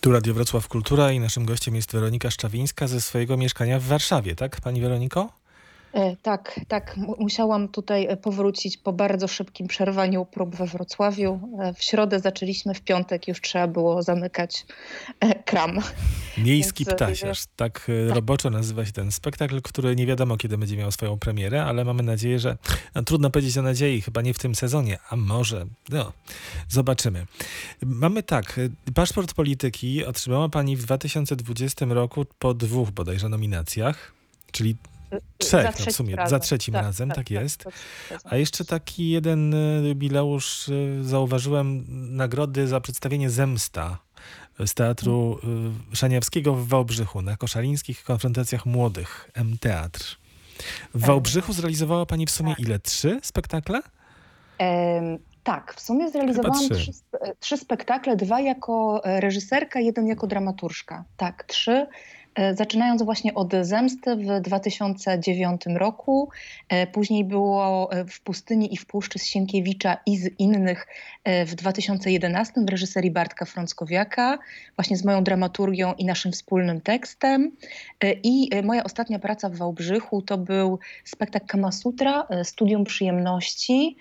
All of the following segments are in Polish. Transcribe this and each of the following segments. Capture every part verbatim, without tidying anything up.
Tu Radio Wrocław Kultura i naszym gościem jest Weronika Szczawińska ze swojego mieszkania w Warszawie, tak, pani Weroniko? E, Tak, tak. mu- Musiałam tutaj e, powrócić po bardzo szybkim przerwaniu prób we Wrocławiu. E, W środę zaczęliśmy, w piątek już trzeba było zamykać e, kram. Miejski Więc e, ptasiarz, tak e, tak, roboczo nazywa się ten spektakl, który nie wiadomo kiedy będzie miał swoją premierę, ale mamy nadzieję, że no, trudno powiedzieć o nadziei, chyba nie w tym sezonie, a może, no, zobaczymy. Mamy tak, e, paszport polityki otrzymała pani w dwa tysiące dwudziestym roku po dwóch bodajże nominacjach, czyli e, za trzech, no w trzecim sumie, za razem. trzecim Tak, razem, tak, tak tak. jest. Za trzecim razem. A jeszcze taki jeden e, jubileusz e, zauważyłem, nagrody za przedstawienie Zemsta z Teatru e, Szaniawskiego w Wałbrzychu na Koszalińskich Konfrontacjach Młodych, M-Teatr. W E, Wałbrzychu zrealizowała pani w sumie Tak. ile? Trzy spektakle? Em, tak, w sumie Chyba zrealizowałam trzy. trzy, sp- e, trzy spektakle, dwa jako e, reżyserka, jeden jako dramaturżka. Tak, trzy. E, Zaczynając właśnie od Zemsty w dwa tysiące dziewiątym roku, e, później było e, W pustyni i w puszczy z Sienkiewicza i z innych e, w dwa tysiące jedenastym w reżyserii Bartka Frąckowiaka, właśnie z moją dramaturgią i naszym wspólnym tekstem. E, I e, moja ostatnia praca w Wałbrzychu to był spektakl Kama Sutra, e, Studium Przyjemności.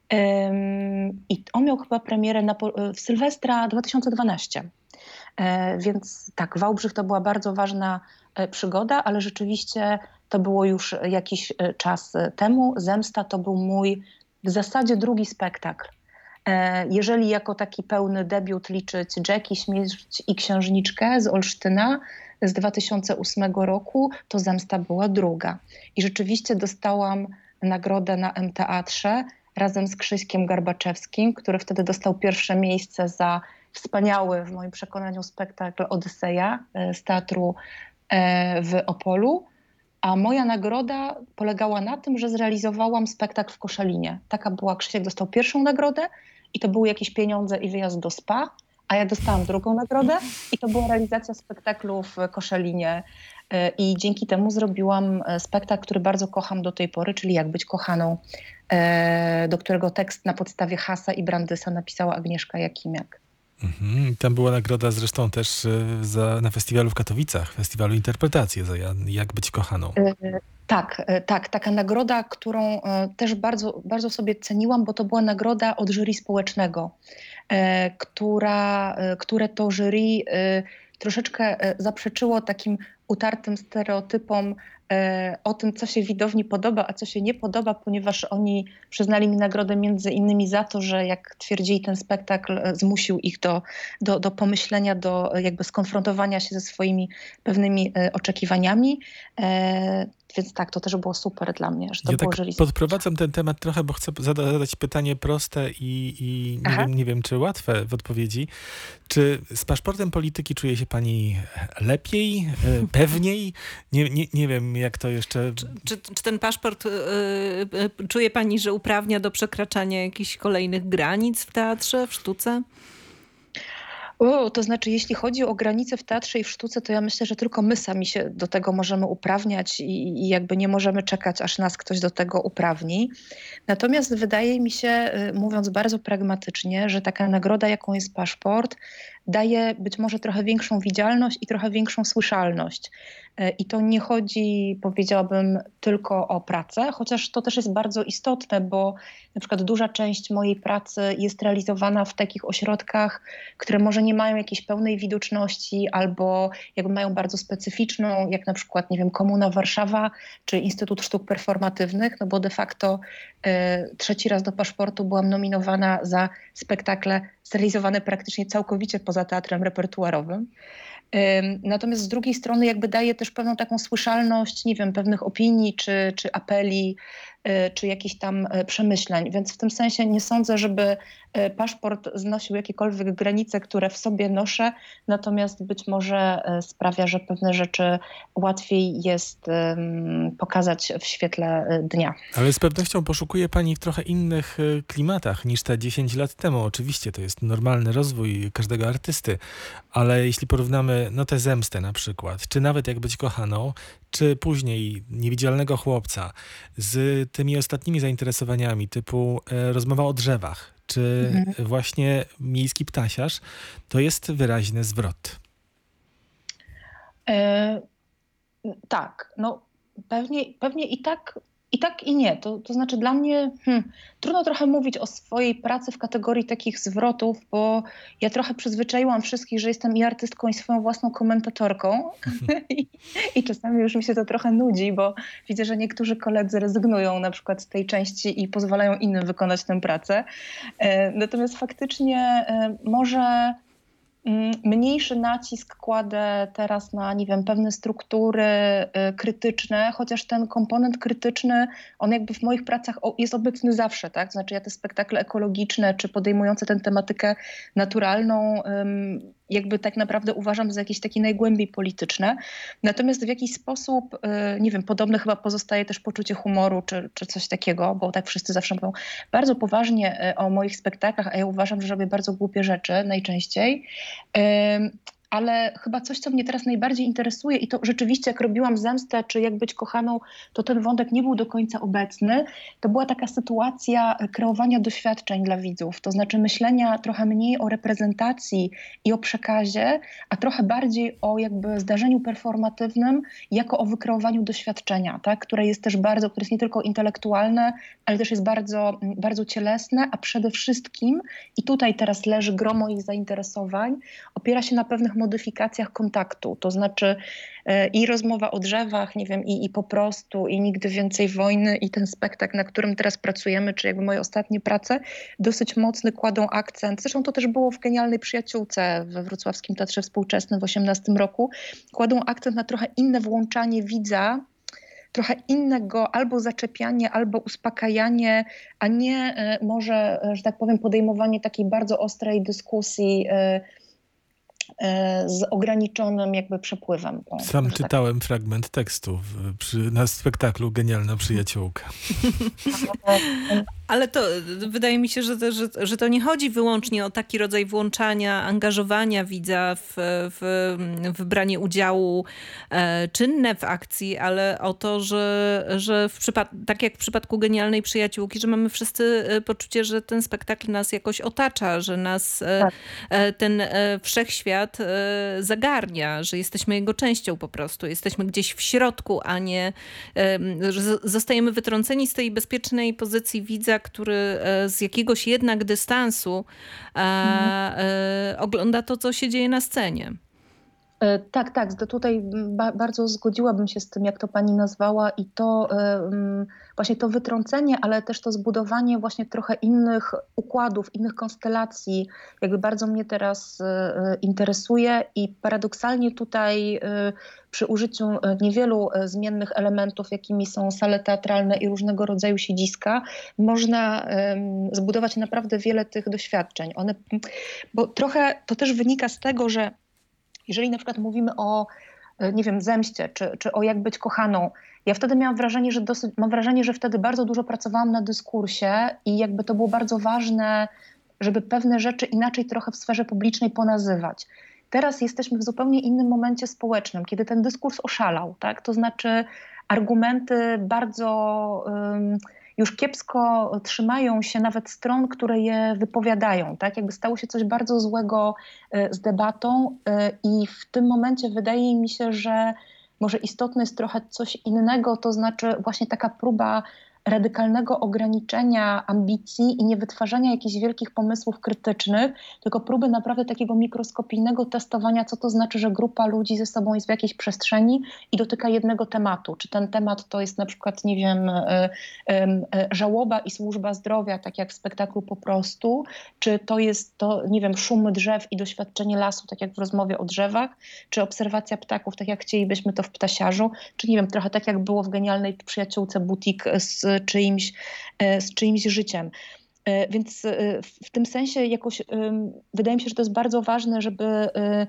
Ym, I on miał chyba premierę na, po- w Sylwestra dwa tysiące dwunastego. E, Więc tak, Wałbrzych to była bardzo ważna e, przygoda, ale rzeczywiście to było już jakiś e, czas e, temu. Zemsta to był mój w zasadzie drugi spektakl. E, Jeżeli jako taki pełny debiut liczyć Jackie, Śmierć i Księżniczkę z Olsztyna z dwa tysiące ósmego roku, to Zemsta była druga. I rzeczywiście dostałam nagrodę na M-Teatrze razem z Krzyśkiem Garbaczewskim, który wtedy dostał pierwsze miejsce za wspaniały, w moim przekonaniu, spektakl Odyseja e, z teatru e, w Opolu. A moja nagroda polegała na tym, że zrealizowałam spektakl w Koszalinie. Taka była, Krzysiek dostał pierwszą nagrodę i to były jakieś pieniądze i wyjazd do spa, a ja dostałam drugą nagrodę i to była realizacja spektaklu w Koszalinie. E, I dzięki temu zrobiłam e, spektakl, który bardzo kocham do tej pory, czyli Jak być kochaną, e, do którego tekst na podstawie Hasa i Brandysa napisała Agnieszka Jakimiak. Mhm. Tam była nagroda zresztą też e, za, na festiwalu w Katowicach, festiwalu Interpretacji za Ja- Jak być kochaną. E, Tak, e, tak, taka nagroda, którą e, też bardzo, bardzo sobie ceniłam, bo to była nagroda od jury społecznego, e, która, e, które to jury e, troszeczkę e, zaprzeczyło takim utartym stereotypom e, o tym, co się widowni podoba, a co się nie podoba, ponieważ oni przyznali mi nagrodę między innymi za to, że jak twierdzili, ten spektakl e, zmusił ich do, do, do pomyślenia, do e, jakby skonfrontowania się ze swoimi pewnymi e, oczekiwaniami. E, Więc tak, to też było super dla mnie, że to Ja było tak jury. podprowadzam ten temat trochę, bo chcę zada- zadać pytanie proste i, i nie Aha. wiem, nie wiem, czy łatwe w odpowiedzi. Czy z paszportem polityki czuje się pani lepiej, e, pewniej? Nie, nie, nie wiem, jak to jeszcze... Czy, czy ten paszport y, y, czuje pani, że uprawnia do przekraczania jakichś kolejnych granic w teatrze, w sztuce? O, to znaczy, jeśli chodzi o granice w teatrze i w sztuce, to ja myślę, że tylko my sami się do tego możemy uprawniać i, i jakby nie możemy czekać, aż nas ktoś do tego uprawni. Natomiast wydaje mi się, y, mówiąc bardzo pragmatycznie, że taka nagroda, jaką jest paszport, daje być może trochę większą widzialność i trochę większą słyszalność. Y, I to nie chodzi, powiedziałabym, tylko o pracę, chociaż to też jest bardzo istotne, bo na przykład duża część mojej pracy jest realizowana w takich ośrodkach, które może nie mają jakiejś pełnej widoczności albo jakby mają bardzo specyficzną, jak na przykład, nie wiem, Komuna Warszawa czy Instytut Sztuk Performatywnych, no bo de facto e, trzeci raz do paszportu byłam nominowana za spektakle zrealizowane praktycznie całkowicie poza teatrem repertuarowym. Ym, Natomiast z drugiej strony jakby daje też pewną taką słyszalność, nie wiem, pewnych opinii czy, czy apeli, y, czy jakichś tam y, przemyśleń. Więc w tym sensie nie sądzę, żeby y, paszport znosił jakiekolwiek granice, które w sobie noszę, natomiast być może y, sprawia, że pewne rzeczy łatwiej jest ym, pokazać w świetle y, dnia. Ale z pewnością poszukuje pani w trochę innych e, klimatach niż te dziesięć lat temu. Oczywiście to jest normalny rozwój każdego artysty, ale jeśli porównamy no tę Zemstę na przykład, czy nawet Jak być kochaną, czy później Niewidzialnego chłopca z tymi ostatnimi zainteresowaniami typu e, rozmowa o drzewach, czy Mhm. właśnie Miejski ptasiarz, to jest wyraźny zwrot. E, tak, no pewnie, pewnie i tak, i tak i nie. To, to znaczy dla mnie hmm, trudno trochę mówić o swojej pracy w kategorii takich zwrotów, bo ja trochę przyzwyczaiłam wszystkich, że jestem i artystką, i swoją własną komentatorką. I, I czasami już mi się to trochę nudzi, bo widzę, że niektórzy koledzy rezygnują na przykład z tej części i pozwalają innym wykonać tę pracę. E, natomiast faktycznie e, może mniejszy nacisk kładę teraz na, nie wiem, pewne struktury y, krytyczne, chociaż ten komponent krytyczny, on jakby w moich pracach jest obecny zawsze, tak? To znaczy ja te spektakle ekologiczne, czy podejmujące tę tematykę naturalną, ym, jakby tak naprawdę uważam za jakieś takie najgłębiej polityczne. Natomiast w jakiś sposób, y, nie wiem, podobne chyba pozostaje też poczucie humoru, czy, czy coś takiego, bo tak wszyscy zawsze mówią bardzo poważnie y, o moich spektaklach, a ja uważam, że robię bardzo głupie rzeczy najczęściej. Ym, ale chyba coś, co mnie teraz najbardziej interesuje i to rzeczywiście jak robiłam Zemstę, czy Jak być kochaną, to ten wątek nie był do końca obecny. To była taka sytuacja kreowania doświadczeń dla widzów, to znaczy myślenia trochę mniej o reprezentacji i o przekazie, a trochę bardziej o jakby zdarzeniu performatywnym jako o wykreowaniu doświadczenia, tak? Które jest też bardzo, które jest nie tylko intelektualne, ale też jest bardzo, bardzo cielesne, a przede wszystkim, i tutaj teraz leży gro moich zainteresowań, opiera się na pewnych modyfikacjach kontaktu, to znaczy e, i rozmowa o drzewach, nie wiem, i, i po prostu, i Nigdy więcej wojny, i ten spektakl, na którym teraz pracujemy, czy jakby moje ostatnie prace, dosyć mocny kładą akcent. Zresztą to też było w Genialnej przyjaciółce we Wrocławskim Teatrze Współczesnym w osiemnastym roku. Kładą akcent na trochę inne włączanie widza, trochę innego albo zaczepianie, albo uspokajanie, a nie e, może, że tak powiem, podejmowanie takiej bardzo ostrej dyskusji e, z ograniczonym jakby przepływem. O, Sam tak. czytałem fragment tekstu w, przy, na spektaklu Genialna przyjaciółka. Ale to wydaje mi się, że to, że, że to nie chodzi wyłącznie o taki rodzaj włączania, angażowania widza w, w, w branie udziału e, czynne w akcji, ale o to, że, że w przypad- tak jak w przypadku Genialnej przyjaciółki, że mamy wszyscy poczucie, że ten spektakl nas jakoś otacza, że nas e, Tak. e, ten e, wszechświat e, zagarnia, że jesteśmy jego częścią po prostu. Jesteśmy gdzieś w środku, a nie e, że zostajemy wytrąceni z tej bezpiecznej pozycji widza, który z jakiegoś jednak dystansu mhm. e, ogląda to, co się dzieje na scenie. E, tak, tak. Tutaj ba- bardzo zgodziłabym się z tym, jak to pani nazwała i to e, właśnie to wytrącenie, ale też to zbudowanie właśnie trochę innych układów, innych konstelacji, jakby bardzo mnie teraz e, interesuje i paradoksalnie tutaj e, przy użyciu niewielu zmiennych elementów, jakimi są sale teatralne i różnego rodzaju siedziska, można um, zbudować naprawdę wiele tych doświadczeń. One, bo trochę to też wynika z tego, że jeżeli na przykład mówimy o, nie wiem, zemście, czy, czy o Jak być kochaną, ja wtedy miałam wrażenie, że dosyć, mam wrażenie, że wtedy bardzo dużo pracowałam na dyskursie i jakby to było bardzo ważne, żeby pewne rzeczy inaczej trochę w sferze publicznej ponazywać. Teraz jesteśmy w zupełnie innym momencie społecznym, kiedy ten dyskurs oszalał, tak? To znaczy argumenty bardzo um, już kiepsko trzymają się nawet stron, które je wypowiadają, tak? Jakby stało się coś bardzo złego y, z debatą y, i w tym momencie wydaje mi się, że może istotne jest trochę coś innego, to znaczy właśnie taka próba radykalnego ograniczenia ambicji i nie wytwarzania jakichś wielkich pomysłów krytycznych, tylko próby naprawdę takiego mikroskopijnego testowania, co to znaczy, że grupa ludzi ze sobą jest w jakiejś przestrzeni i dotyka jednego tematu. Czy ten temat to jest na przykład, nie wiem, y, y, y, żałoba i służba zdrowia, tak jak w spektaklu Po prostu, czy to jest to, nie wiem, szum drzew i doświadczenie lasu, tak jak w Rozmowie o drzewach, czy obserwacja ptaków, tak jak chcielibyśmy to w Ptasiarzu, czy nie wiem, trochę tak jak było w Genialnej przyjaciółce Butik z czyimś, z czyimś życiem. Więc w tym sensie jakoś wydaje mi się, że to jest bardzo ważne, żeby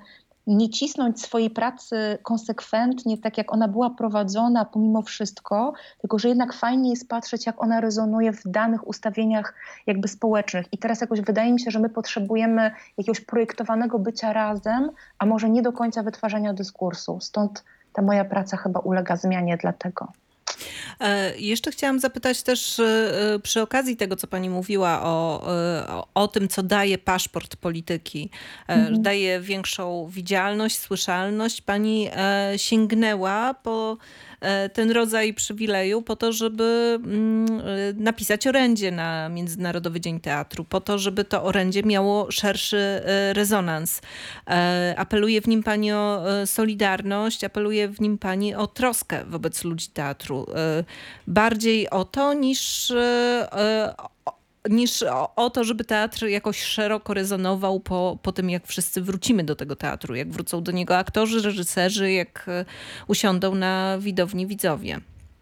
nie cisnąć swojej pracy konsekwentnie, tak jak ona była prowadzona pomimo wszystko, tylko że jednak fajnie jest patrzeć, jak ona rezonuje w danych ustawieniach jakby społecznych. I teraz jakoś wydaje mi się, że my potrzebujemy jakiegoś projektowanego bycia razem, a może nie do końca wytwarzania dyskursu. Stąd ta moja praca chyba ulega zmianie dlatego. E, Jeszcze chciałam zapytać też e, przy okazji tego, co pani mówiła o, e, o, o tym, co daje paszport polityki. E, Mhm. Daje większą widzialność, słyszalność. Pani e, sięgnęła po e, ten rodzaj przywileju po to, żeby mm, e, napisać orędzie na Międzynarodowy Dzień Teatru, po to, żeby to orędzie miało szerszy e, rezonans. E, Apeluje w nim pani o e, solidarność, apeluje w nim pani o troskę wobec ludzi teatru. E, Bardziej o to niż, e, e, o- niż o, o to, żeby teatr jakoś szeroko rezonował po, po tym, jak wszyscy wrócimy do tego teatru, jak wrócą do niego aktorzy, reżyserzy, jak e, usiądą na widowni widzowie.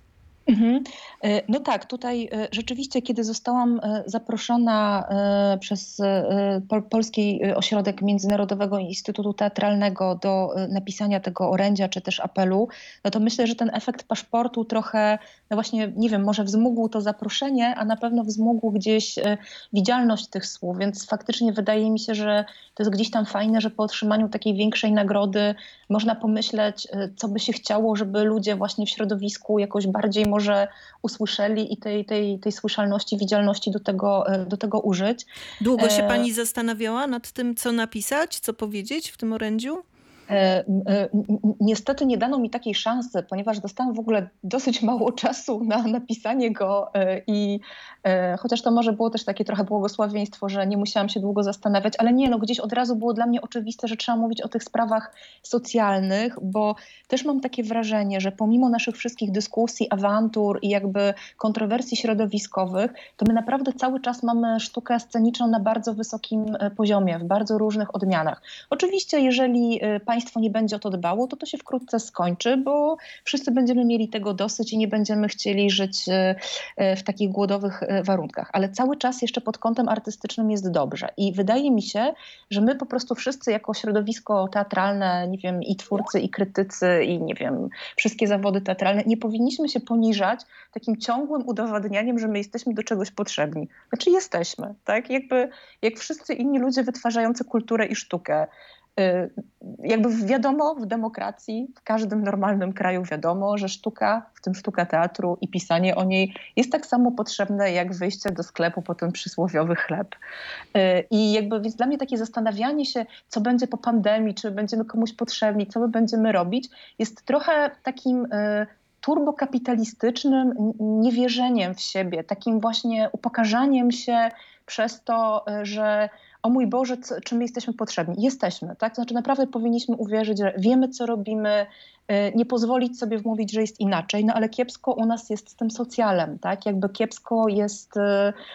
Mhm. E, No tak, tutaj e, rzeczywiście, kiedy zostałam e, zaproszona e, przez e, Pol- Polski Ośrodek Międzynarodowego Instytutu Teatralnego do e, napisania tego orędzia czy też apelu, no to myślę, że ten efekt paszportu trochę, no właśnie, nie wiem, może wzmógł to zaproszenie, a na pewno wzmógł gdzieś e, widzialność tych słów, więc faktycznie wydaje mi się, że to jest gdzieś tam fajne, że po otrzymaniu takiej większej nagrody można pomyśleć, e, co by się chciało, żeby ludzie właśnie w środowisku jakoś bardziej może usłyszeli i tej, tej, tej słyszalności, widzialności do tego, e, do tego użyć. Długo się E, pani zastanawiała nad tym, co napisać, co powiedzieć w tym orędziu? E, e, n- n- Niestety nie dano mi takiej szansy, ponieważ dostałam w ogóle dosyć mało czasu na napisanie go e, i e, chociaż to może było też takie trochę błogosławieństwo, że nie musiałam się długo zastanawiać, ale nie, no gdzieś od razu było dla mnie oczywiste, że trzeba mówić o tych sprawach socjalnych, bo też mam takie wrażenie, że pomimo naszych wszystkich dyskusji, awantur i jakby kontrowersji środowiskowych, to my naprawdę cały czas mamy sztukę sceniczną na bardzo wysokim e, poziomie, w bardzo różnych odmianach. Oczywiście, jeżeli y, państwo nie będzie o to dbało, to to się wkrótce skończy, bo wszyscy będziemy mieli tego dosyć i nie będziemy chcieli żyć y, y, w takich głodowych y, warunkach. Ale cały czas jeszcze pod kątem artystycznym jest dobrze. I wydaje mi się, że my po prostu wszyscy jako środowisko teatralne, nie wiem, i twórcy, i krytycy, i nie wiem, wszystkie zawody teatralne, nie powinniśmy się poniżać takim ciągłym udowadnianiem, że my jesteśmy do czegoś potrzebni. Znaczy jesteśmy, tak? Jakby jak wszyscy inni ludzie wytwarzający kulturę i sztukę. Y, Jakby wiadomo, w demokracji, w każdym normalnym kraju wiadomo, że sztuka, w tym sztuka teatru i pisanie o niej jest tak samo potrzebne jak wyjście do sklepu po ten przysłowiowy chleb. Y, I jakby więc dla mnie takie zastanawianie się, co będzie po pandemii, czy będziemy komuś potrzebni, co my będziemy robić, jest trochę takim y, turbokapitalistycznym n- niewierzeniem w siebie, takim właśnie upokarzaniem się przez to, y, że o mój Boże, co, czy my jesteśmy potrzebni? Jesteśmy, tak? To znaczy naprawdę powinniśmy uwierzyć, że wiemy, co robimy, y, nie pozwolić sobie wmówić, że jest inaczej, no ale kiepsko u nas jest z tym socjalem, tak? Jakby kiepsko jest... y,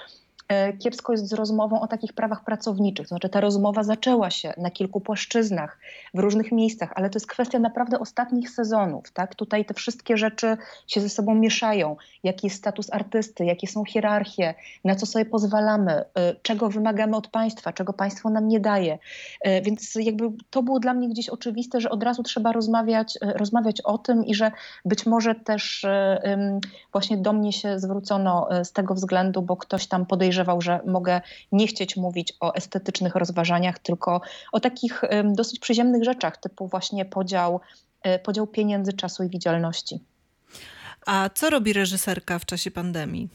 e, Kiepsko jest z rozmową o takich prawach pracowniczych. To znaczy ta rozmowa zaczęła się na kilku płaszczyznach, w różnych miejscach, ale to jest kwestia naprawdę ostatnich sezonów. Tak? Tutaj te wszystkie rzeczy się ze sobą mieszają. Jaki jest status artysty, jakie są hierarchie, na co sobie pozwalamy, y, czego wymagamy od państwa, czego państwo nam nie daje. Y, Więc jakby to było dla mnie gdzieś oczywiste, że od razu trzeba rozmawiać, y, rozmawiać o tym i że być może też y, ym, właśnie do mnie się zwrócono y, z tego względu, bo ktoś tam podejrzewał, że mogę nie chcieć mówić o estetycznych rozważaniach, tylko o takich ym, dosyć przyziemnych rzeczach, typu właśnie podział, y, podział pieniędzy, czasu i widzialności. A co robi reżyserka w czasie pandemii?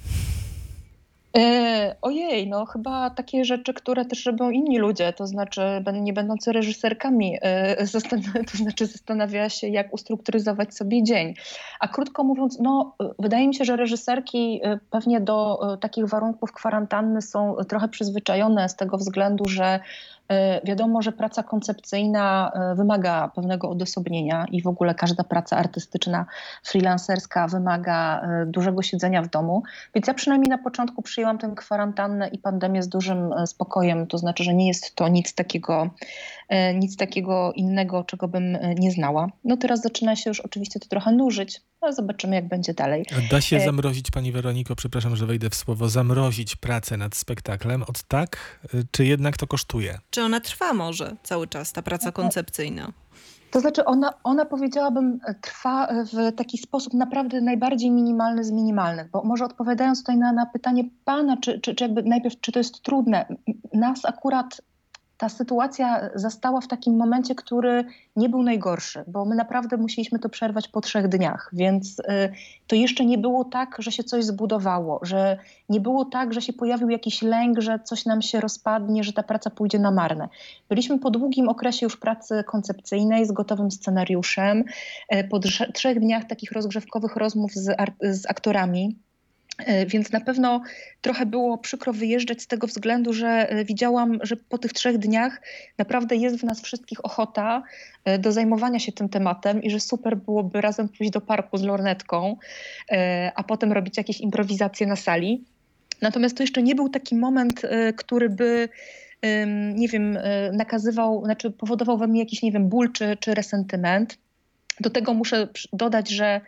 E, ojej, no chyba takie rzeczy, które też robią inni ludzie, to znaczy ben- nie będący reżyserkami, e, zastan- to znaczy zastanawiała się, jak ustrukturyzować sobie dzień. A krótko mówiąc, no e, wydaje mi się, że reżyserki e, pewnie do e, takich warunków kwarantanny są trochę przyzwyczajone z tego względu, że e, wiadomo, że praca koncepcyjna e, wymaga pewnego odosobnienia i w ogóle każda praca artystyczna, freelancerska wymaga e, dużego siedzenia w domu. Więc ja przynajmniej na początku przyjęłam tę kwarantannę i pandemię z dużym e, spokojem, to znaczy, że nie jest to nic takiego, e, nic takiego innego, czego bym e, nie znała. No teraz zaczyna się już oczywiście to trochę nużyć, ale zobaczymy, jak będzie dalej. A da się E, zamrozić, pani Weroniko, przepraszam, że wejdę w słowo, zamrozić pracę nad spektaklem od tak, y, czy jednak to kosztuje? Czy ona trwa może cały czas, ta praca koncepcyjna? To znaczy ona, ona powiedziałabym trwa w taki sposób naprawdę najbardziej minimalny z minimalnych, bo może odpowiadając tutaj na, na pytanie pana, czy, czy, czy jakby najpierw, czy to jest trudne, nas akurat ta sytuacja zastała w takim momencie, który nie był najgorszy, bo my naprawdę musieliśmy to przerwać po trzech dniach, więc y, to jeszcze nie było tak, że się coś zbudowało, że nie było tak, że się pojawił jakiś lęk, że coś nam się rozpadnie, że ta praca pójdzie na marne. Byliśmy po długim okresie już pracy koncepcyjnej z gotowym scenariuszem, y, po drze- trzech dniach takich rozgrzewkowych rozmów z, ar- z aktorami. Więc na pewno trochę było przykro wyjeżdżać z tego względu, że widziałam, że po tych trzech dniach naprawdę jest w nas wszystkich ochota do zajmowania się tym tematem i że super byłoby razem pójść do parku z lornetką, a potem robić jakieś improwizacje na sali. Natomiast to jeszcze nie był taki moment, który by, nie wiem, nakazywał, znaczy powodował we mnie jakiś, nie wiem, ból czy, czy resentyment. Do tego muszę dodać, że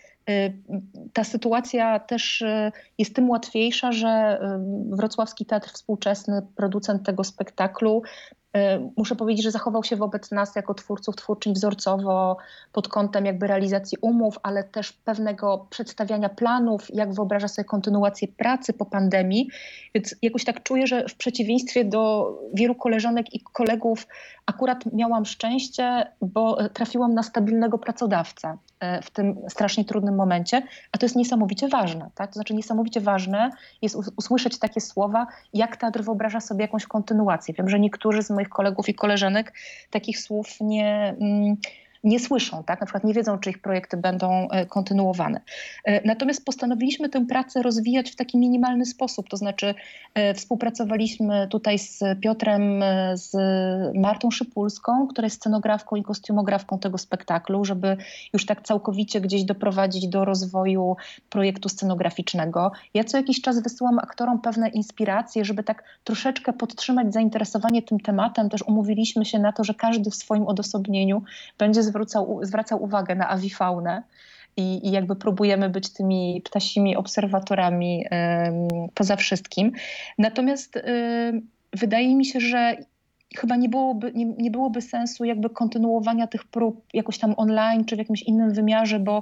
ta sytuacja też jest tym łatwiejsza, że Wrocławski Teatr Współczesny, producent tego spektaklu, muszę powiedzieć, że zachował się wobec nas jako twórców, twórczyń wzorcowo pod kątem jakby realizacji umów, ale też pewnego przedstawiania planów, jak wyobraża sobie kontynuację pracy po pandemii. Więc jakoś tak czuję, że w przeciwieństwie do wielu koleżanek i kolegów akurat miałam szczęście, bo trafiłam na stabilnego pracodawcę w tym strasznie trudnym momencie, a to jest niesamowicie ważne. Tak? To znaczy niesamowicie ważne jest usłyszeć takie słowa, jak teatr wyobraża sobie jakąś kontynuację. Wiem, że niektórzy z moich kolegów i koleżanek takich słów nie, nie słyszą, tak? Na przykład nie wiedzą, czy ich projekty będą kontynuowane. Natomiast postanowiliśmy tę pracę rozwijać w taki minimalny sposób, to znaczy współpracowaliśmy tutaj z Piotrem, z Martą Szypulską, która jest scenografką i kostiumografką tego spektaklu, żeby już tak całkowicie gdzieś doprowadzić do rozwoju projektu scenograficznego. Ja co jakiś czas wysyłam aktorom pewne inspiracje, żeby tak troszeczkę podtrzymać zainteresowanie tym tematem. Też umówiliśmy się na to, że każdy w swoim odosobnieniu będzie zwracał, zwracał uwagę na awifaunę. I, I jakby próbujemy być tymi ptasimi obserwatorami y, poza wszystkim. Natomiast y, wydaje mi się, że chyba nie byłoby, nie, nie byłoby sensu jakby kontynuowania tych prób jakoś tam online czy w jakimś innym wymiarze, bo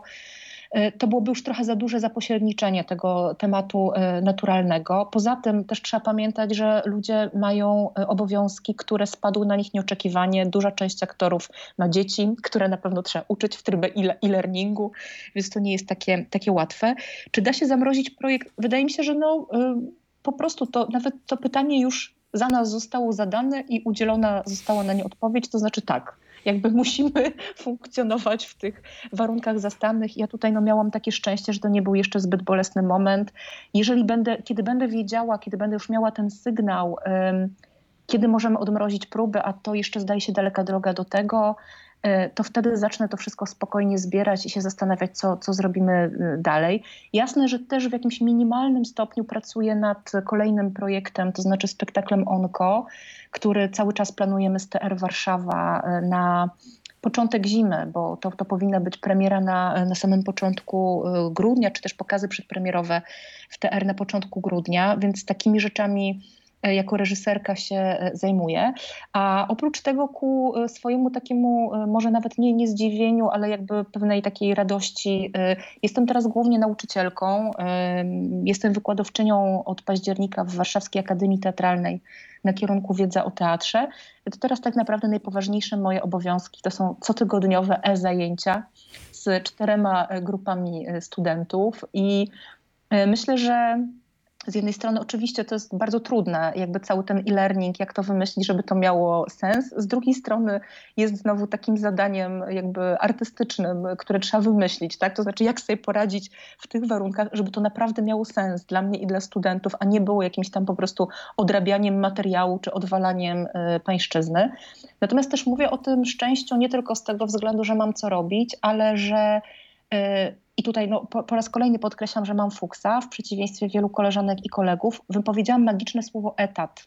to byłoby już trochę za duże zapośredniczenie tego tematu naturalnego. Poza tym też trzeba pamiętać, że ludzie mają obowiązki, które spadły na nich nieoczekiwanie. Duża część aktorów ma dzieci, które na pewno trzeba uczyć w trybie e-learningu, więc to nie jest takie, takie łatwe. Czy da się zamrozić projekt? Wydaje mi się, że no, po prostu to nawet to pytanie już za nas zostało zadane i udzielona została na nie odpowiedź, to znaczy tak. Jakby musimy funkcjonować w tych warunkach zastawnych. Ja tutaj no, miałam takie szczęście, że to nie był jeszcze zbyt bolesny moment. Jeżeli będę, kiedy będę wiedziała, kiedy będę już miała ten sygnał, um, kiedy możemy odmrozić próby, a to jeszcze zdaje się daleka droga do tego, to wtedy zacznę to wszystko spokojnie zbierać i się zastanawiać, co, co zrobimy dalej. Jasne, że też w jakimś minimalnym stopniu pracuję nad kolejnym projektem, to znaczy spektaklem Onko, który cały czas planujemy z T R Warszawa na początek zimy, bo to, to powinna być premiera na, na samym początku grudnia, czy też pokazy przedpremierowe w T R na początku grudnia, więc takimi rzeczami jako reżyserka się zajmuję. A oprócz tego ku swojemu takiemu, może nawet nie, nie zdziwieniu, ale jakby pewnej takiej radości, jestem teraz głównie nauczycielką. Jestem wykładowczynią od października w Warszawskiej Akademii Teatralnej na kierunku Wiedza o teatrze. To teraz tak naprawdę najpoważniejsze moje obowiązki to są cotygodniowe e-zajęcia z czterema grupami studentów i myślę, że z jednej strony oczywiście to jest bardzo trudne, jakby cały ten e-learning, jak to wymyślić, żeby to miało sens. Z drugiej strony jest znowu takim zadaniem jakby artystycznym, które trzeba wymyślić, tak? To znaczy jak sobie poradzić w tych warunkach, żeby to naprawdę miało sens dla mnie i dla studentów, a nie było jakimś tam po prostu odrabianiem materiału czy odwalaniem y, pańszczyzny. Natomiast też mówię o tym szczęściu nie tylko z tego względu, że mam co robić, ale że y, I tutaj no, po, po raz kolejny podkreślam, że mam fuksa, w przeciwieństwie wielu koleżanek i kolegów. Wypowiedziałam magiczne słowo etat.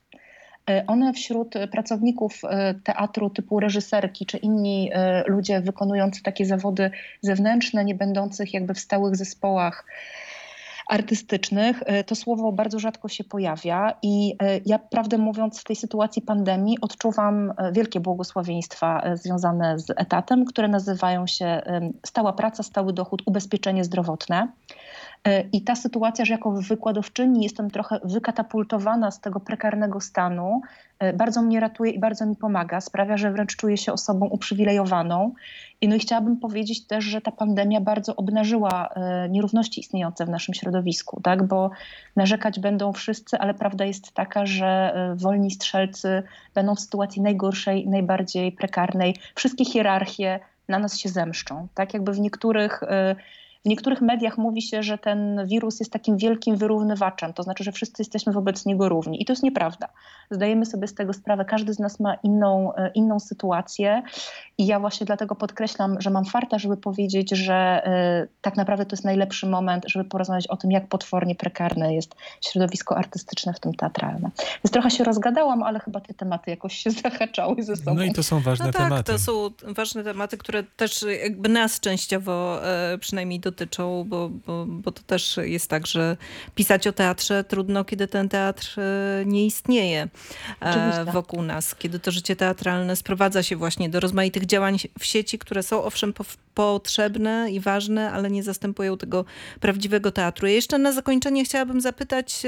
One wśród pracowników teatru typu reżyserki czy inni ludzie wykonujący takie zawody zewnętrzne, nie będących jakby w stałych zespołach artystycznych, to słowo bardzo rzadko się pojawia i ja prawdę mówiąc w tej sytuacji pandemii odczuwam wielkie błogosławieństwa związane z etatem, które nazywają się stała praca, stały dochód, ubezpieczenie zdrowotne. I ta sytuacja, że jako wykładowczyni jestem trochę wykatapultowana z tego prekarnego stanu, bardzo mnie ratuje i bardzo mi pomaga. Sprawia, że wręcz czuję się osobą uprzywilejowaną. I no i chciałabym powiedzieć też, że ta pandemia bardzo obnażyła nierówności istniejące w naszym środowisku, tak? Bo narzekać będą wszyscy, ale prawda jest taka, że wolni strzelcy będą w sytuacji najgorszej, najbardziej prekarnej. Wszystkie hierarchie na nas się zemszczą. Tak jakby w niektórych... W niektórych mediach mówi się, że ten wirus jest takim wielkim wyrównywaczem, to znaczy, że wszyscy jesteśmy wobec niego równi. I to jest nieprawda. Zdajemy sobie z tego sprawę, każdy z nas ma inną, inną sytuację i ja właśnie dlatego podkreślam, że mam farta, żeby powiedzieć, że y, tak naprawdę to jest najlepszy moment, żeby porozmawiać o tym, jak potwornie prekarne jest środowisko artystyczne, w tym teatralne. Więc trochę się rozgadałam, ale chyba te tematy jakoś się zahaczały ze sobą. No i to są ważne no tak, tematy. To są ważne tematy, które też jakby nas częściowo e, przynajmniej dotyczą, bo, bo, bo to też jest tak, że pisać o teatrze trudno, kiedy ten teatr e, nie istnieje e, wokół nas, kiedy to życie teatralne sprowadza się właśnie do rozmaitych działań w sieci, które są owszem po, potrzebne i ważne, ale nie zastępują tego prawdziwego teatru. Ja jeszcze na zakończenie chciałabym zapytać e,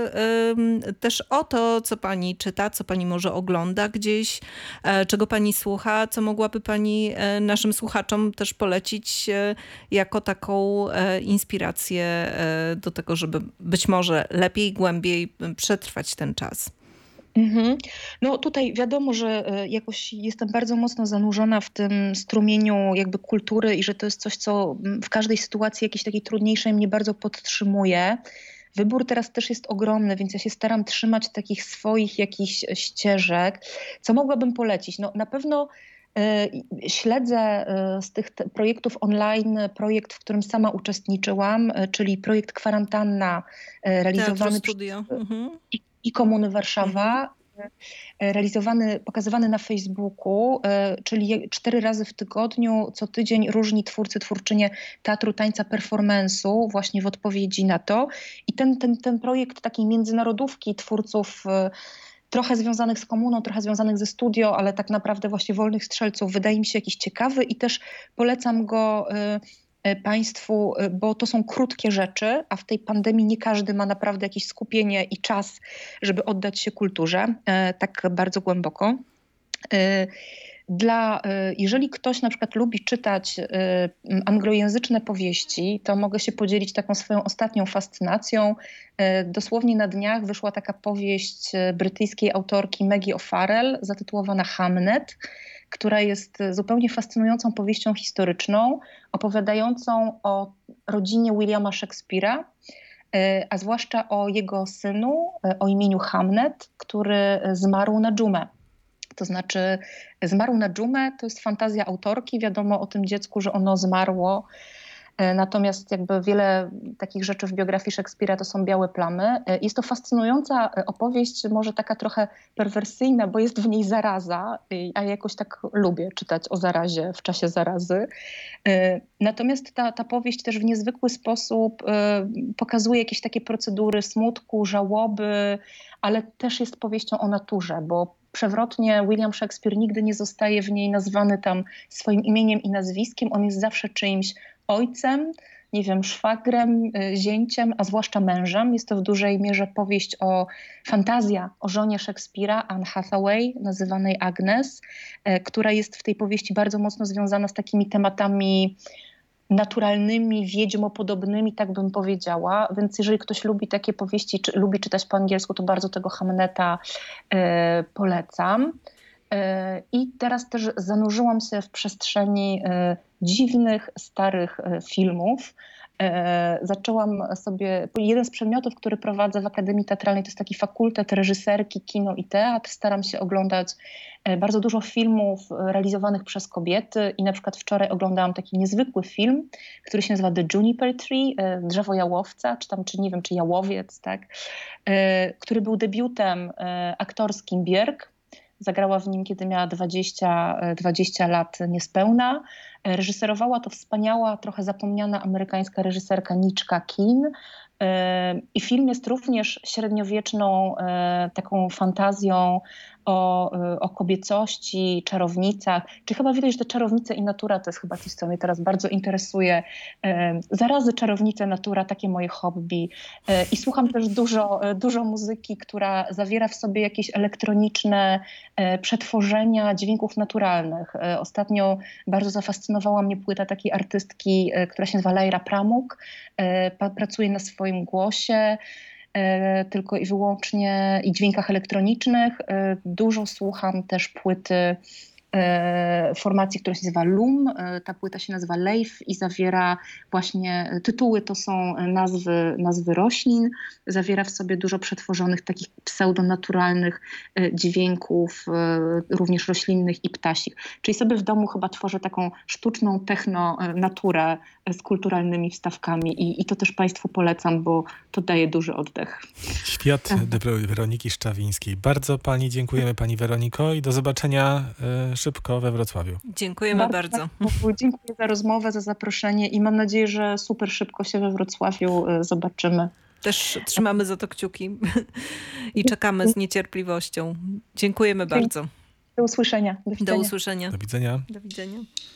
e, też o to, co pani czyta, co pani może ogląda gdzieś, e, czego pani słucha, co mogłaby pani e, naszym słuchaczom też polecić e, jako taką e, inspirację e, do tego, żeby być może lepiej, głębiej przetrwać ten czas. Mhm. No tutaj wiadomo, że jakoś jestem bardzo mocno zanurzona w tym strumieniu jakby kultury i że to jest coś, co w każdej sytuacji jakiejś takiej trudniejszej mnie bardzo podtrzymuje. Wybór teraz też jest ogromny, więc ja się staram trzymać takich swoich jakichś ścieżek. Co mogłabym polecić? No na pewno y, śledzę y, z tych te, projektów online projekt, w którym sama uczestniczyłam, y, czyli projekt Kwarantanna y, realizowany Teatru przez Studio. Mhm. i, i Komuny Warszawa. Mhm. Realizowany, pokazywany na Facebooku, czyli cztery razy w tygodniu, co tydzień różni twórcy, twórczynie teatru, tańca, performance'u właśnie w odpowiedzi na to. I ten, ten, ten projekt takiej międzynarodówki twórców trochę związanych z komuną, trochę związanych ze studio, ale tak naprawdę właśnie wolnych strzelców wydaje mi się jakiś ciekawy i też polecam go Państwu, bo to są krótkie rzeczy, a w tej pandemii nie każdy ma naprawdę jakieś skupienie i czas, żeby oddać się kulturze tak bardzo głęboko. Dla, jeżeli ktoś na przykład lubi czytać anglojęzyczne powieści, to mogę się podzielić taką swoją ostatnią fascynacją. Dosłownie na dniach wyszła taka powieść brytyjskiej autorki Maggie O'Farrell zatytułowana Hamnet, która jest zupełnie fascynującą powieścią historyczną, opowiadającą o rodzinie Williama Shakespeare'a, a zwłaszcza o jego synu o imieniu Hamnet, który zmarł na dżumę. To znaczy zmarł na dżumę, to jest fantazja autorki, wiadomo o tym dziecku, że ono zmarło. Natomiast jakby wiele takich rzeczy w biografii Szekspira to są białe plamy. Jest to fascynująca opowieść, może taka trochę perwersyjna, bo jest w niej zaraza, a ja jakoś tak lubię czytać o zarazie w czasie zarazy. Natomiast ta, ta powieść też w niezwykły sposób pokazuje jakieś takie procedury smutku, żałoby, ale też jest powieścią o naturze, bo przewrotnie William Shakespeare nigdy nie zostaje w niej nazwany tam swoim imieniem i nazwiskiem. On jest zawsze czyimś ojcem, nie wiem, szwagrem, zięciem, a zwłaszcza mężem. Jest to w dużej mierze powieść o fantazja o żonie Szekspira, Anne Hathaway, nazywanej Agnes, która jest w tej powieści bardzo mocno związana z takimi tematami naturalnymi, wiedźmopodobnymi, tak bym powiedziała. Więc jeżeli ktoś lubi takie powieści, czy lubi czytać po angielsku, to bardzo tego Hamneta e, polecam. E, I teraz też zanurzyłam się w przestrzeni e, dziwnych, starych e, filmów. E, zaczęłam sobie, jeden z przedmiotów, który prowadzę w Akademii Teatralnej, to jest taki fakultet reżyserki, kino i teatr. Staram się oglądać e, bardzo dużo filmów realizowanych przez kobiety i na przykład wczoraj oglądałam taki niezwykły film, który się nazywa The Juniper Tree, e, drzewo jałowca, czy tam, czy nie wiem, czy jałowiec, tak, e, który był debiutem e, aktorskim Björk. Zagrała w nim, kiedy miała dwadzieścia, dwadzieścia lat niespełna. Reżyserowała to wspaniała, trochę zapomniana amerykańska reżyserka Niczka Kin. I film jest również średniowieczną taką fantazją o, o kobiecości, czarownicach. Czy chyba widać, że te czarownice i natura to jest chyba coś, co mnie teraz bardzo interesuje. Zarazy, czarownice, natura, takie moje hobby. I słucham też dużo, dużo muzyki, która zawiera w sobie jakieś elektroniczne przetworzenia dźwięków naturalnych. Ostatnio bardzo zafascynowała mnie płyta takiej artystki, która się nazywa Laira Pramuk. Pracuje na swoim głosie, tylko i wyłącznie i dźwiękach elektronicznych. Dużo słucham też płyty formacji, która się nazywa Lum. Ta płyta się nazywa Leif i zawiera właśnie, tytuły to są nazwy, nazwy roślin, zawiera w sobie dużo przetworzonych takich pseudonaturalnych dźwięków, również roślinnych i ptasich. Czyli sobie w domu chyba tworzę taką sztuczną techno-naturę z kulturalnymi wstawkami i, i to też Państwu polecam, bo to daje duży oddech. Świat Weroniki Szczawińskiej. Bardzo Pani dziękujemy, Pani Weroniko, i do zobaczenia y, szybko we Wrocławiu. Dziękujemy bardzo. bardzo. Dziękuję za rozmowę, za zaproszenie i mam nadzieję, że super szybko się we Wrocławiu y, zobaczymy. Też trzymamy za to kciuki i czekamy z niecierpliwością. Dziękujemy bardzo. Do usłyszenia. Do widzenia. Do usłyszenia. Do widzenia. Do widzenia.